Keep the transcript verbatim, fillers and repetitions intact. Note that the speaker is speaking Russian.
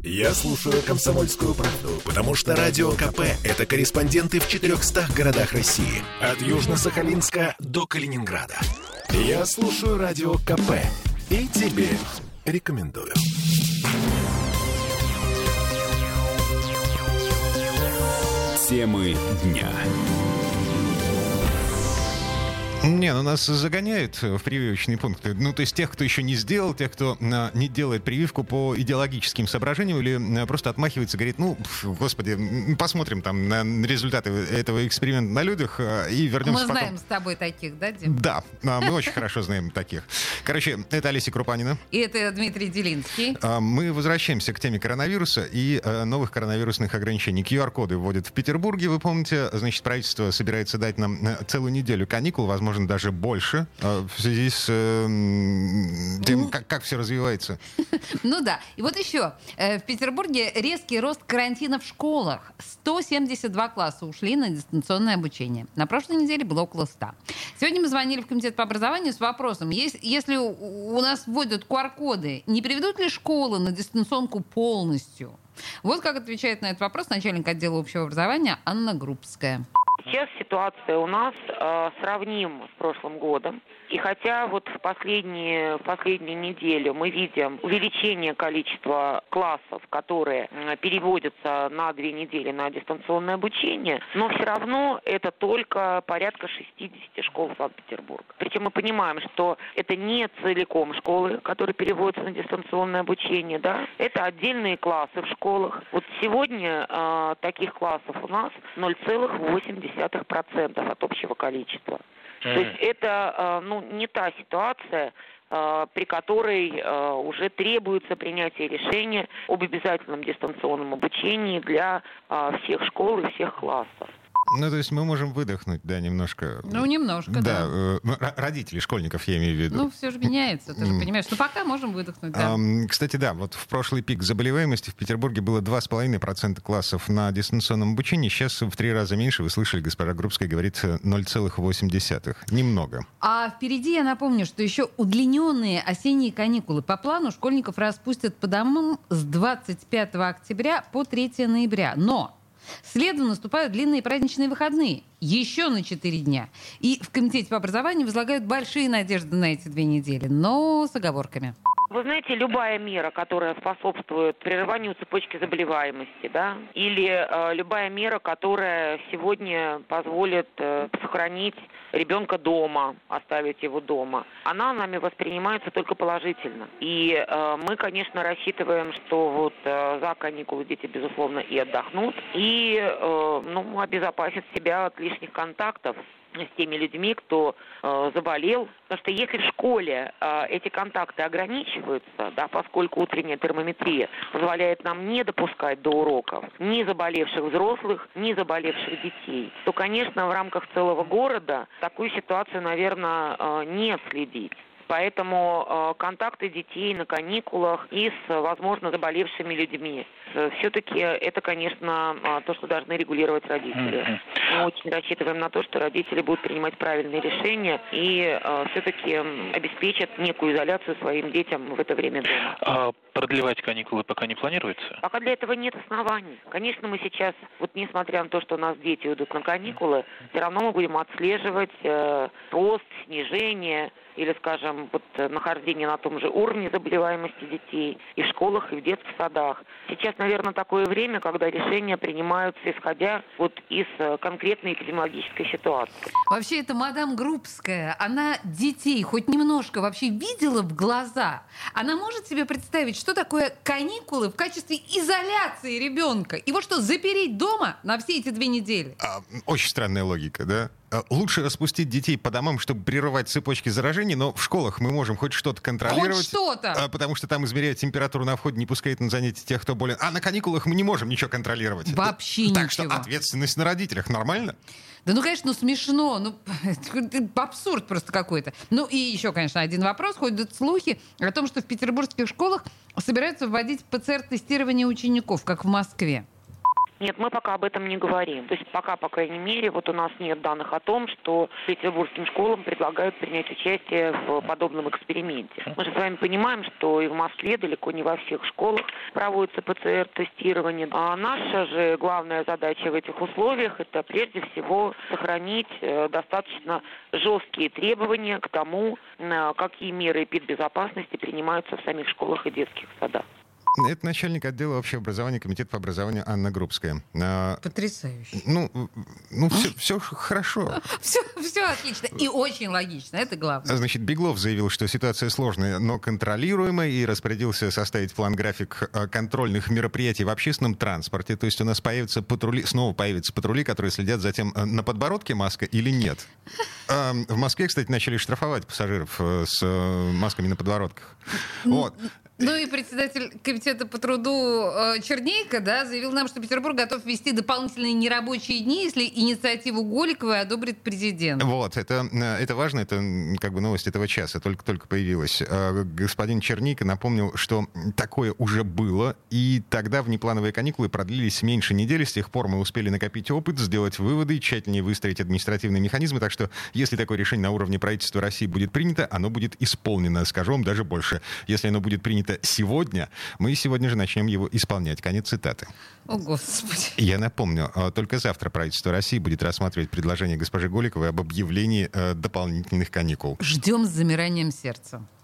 Я слушаю «Комсомольскую правду», потому что Радио КП — это корреспонденты в четырехстах городах России. От Южно-Сахалинска до Калининграда. Я слушаю Радио КП и тебе рекомендую. Темы дня. Не, ну нас загоняют в прививочные пункты. Ну, то есть тех, кто еще не сделал, тех, кто а, не делает прививку по идеологическим соображениям или а, просто отмахивается, говорит, ну, господи, посмотрим там на результаты этого эксперимента на людях а, и вернемся Мы потом. знаем с тобой таких, да, Дим? Да, а, мы очень хорошо знаем таких. Короче, это Олеся Крупанина. И это Дмитрий Делинский. А, мы возвращаемся к теме коронавируса и а, новых коронавирусных ограничений. ку ар-коды вводят в Петербурге, вы помните. Значит, правительство собирается дать нам целую неделю каникул, возможно, даже больше, в связи с э, тем, как, как все развивается. Ну да. И вот еще. В Петербурге резкий рост карантина в школах. сто семьдесят два класса ушли на дистанционное обучение. На прошлой неделе было около ста. Сегодня мы звонили в комитет по образованию с вопросом, если у нас вводят ку ар-коды, не переведут ли школы на дистанционку полностью? Вот как отвечает на этот вопрос начальник отдела общего образования Анна Группская. Сейчас ситуация у нас э, сравнима с прошлым годом. И хотя вот в последние, в последнюю неделю мы видим увеличение количества классов, которые переводятся на две недели на дистанционное обучение, но все равно это только порядка шестьдесят школ Санкт-Петербурга. Причем мы понимаем, что это не целиком школы, которые переводятся на дистанционное обучение, да, это отдельные классы в школах. Вот сегодня э, таких классов у нас ноль целых восемь десятых процента от общего количества. То есть это ну, не та ситуация, при которой уже требуется принятие решения об обязательном дистанционном обучении для всех школ и всех классов. Ну, то есть мы можем выдохнуть, да, немножко. Ну, немножко, да. Да, родители школьников, я имею в виду. Ну, все же меняется, ты же понимаешь. Но пока можем выдохнуть, да. А, кстати, да, вот в прошлый пик заболеваемости в Петербурге было два с половиной процента классов на дистанционном обучении. Сейчас в три раза меньше. Вы слышали, госпожа Группская говорит ноль целых восемь десятых. Немного. А впереди, я напомню, что еще удлиненные осенние каникулы. По плану школьников распустят по домам с двадцать пятого октября по третьего ноября. Но следом наступают длинные праздничные выходные. Еще на четыре дня. И в комитете по образованию возлагают большие надежды на эти две недели. Но с оговорками. Вы знаете, любая мера, которая способствует прерыванию цепочки заболеваемости, да, или э, любая мера, которая сегодня позволит э, сохранить ребенка дома, оставить его дома, она нами воспринимается только положительно. И э, мы, конечно, рассчитываем, что вот э, за каникулы дети, безусловно, и отдохнут, и э, ну, обезопасят себя от лишних контактов с теми людьми, кто э, заболел. Потому что если в школе э, эти контакты ограничиваются, да, поскольку утренняя термометрия позволяет нам не допускать до уроков ни заболевших взрослых, ни заболевших детей, то, конечно, в рамках целого города такую ситуацию, наверное, э, не отследить. Поэтому э, контакты детей на каникулах и с, возможно, заболевшими людьми. Все-таки это, конечно, то, что должны регулировать родители. Мы очень рассчитываем на то, что родители будут принимать правильные решения и э, все-таки обеспечат некую изоляцию своим детям в это время дома. А продлевать каникулы пока не планируется? Пока для этого нет оснований. Конечно, мы сейчас, вот несмотря на то, что у нас дети уйдут на каникулы, все равно мы будем отслеживать э, рост, снижение или, скажем, вот, нахождение на том же уровне заболеваемости детей и в школах, и в детских садах. Сейчас, наверное, такое время, когда решения принимаются, исходя вот из конкретной эпидемиологической ситуации. Вообще, это мадам Группская. Она детей хоть немножко вообще видела в глаза? Она может себе представить, что такое каникулы в качестве изоляции ребенка? Его что, запереть дома на все эти две недели? А, очень странная логика, да? Лучше распустить детей по домам, чтобы прерывать цепочки заражений, но в школах мы можем хоть что-то контролировать. Хоть что-то. Потому что там измеряют температуру на входе, не пускают на занятия тех, кто болен. А на каникулах мы не можем ничего контролировать. Вообще так ничего. Так что ответственность на родителях. Нормально? Да ну, конечно, ну смешно. Ну, абсурд просто какой-то. Ну и еще, конечно, один вопрос. Ходят слухи о том, что в петербургских школах собираются вводить пэ цэ эр-тестирование учеников, как в Москве. Нет, мы пока об этом не говорим. То есть пока, по крайней мере, вот у нас нет данных о том, что петербургским школам предлагают принять участие в подобном эксперименте. Мы же с вами понимаем, что и в Москве далеко не во всех школах проводится ПЦР-тестирование. А наша же главная задача в этих условиях – это прежде всего сохранить достаточно жесткие требования к тому, какие меры эпидбезопасности принимаются в самих школах и детских садах. Это начальник отдела общего образования Комитета по образованию Анна Грубская. Потрясающе. Ну, ну все, все хорошо. Все, все отлично. И очень логично. Это главное. Значит, Беглов заявил, что ситуация сложная, но контролируемая, и распорядился составить план-график контрольных мероприятий в общественном транспорте. То есть у нас появятся патрули, снова появятся патрули, которые следят за тем, на подбородке маска или нет. В Москве, кстати, начали штрафовать пассажиров с масками на подбородках. Вот. Ну и председатель комитета по труду э, Чернейко, да, заявил нам, что Петербург готов ввести дополнительные нерабочие дни, если инициативу Голиковой одобрит президент. Вот, это, это важно, это как бы новость этого часа, только-только появилась. Господин Чернейко напомнил, что такое уже было, и тогда внеплановые каникулы продлились меньше недели, с тех пор мы успели накопить опыт, сделать выводы, тщательнее выстроить административные механизмы, так что если такое решение на уровне правительства России будет принято, оно будет исполнено, скажу вам даже больше. Если оно будет принято сегодня, мы сегодня же начнем его исполнять. Конец цитаты. О, Господи. Я напомню, только завтра правительство России будет рассматривать предложение госпожи Голиковой об объявлении дополнительных каникул. Ждем с замиранием сердца.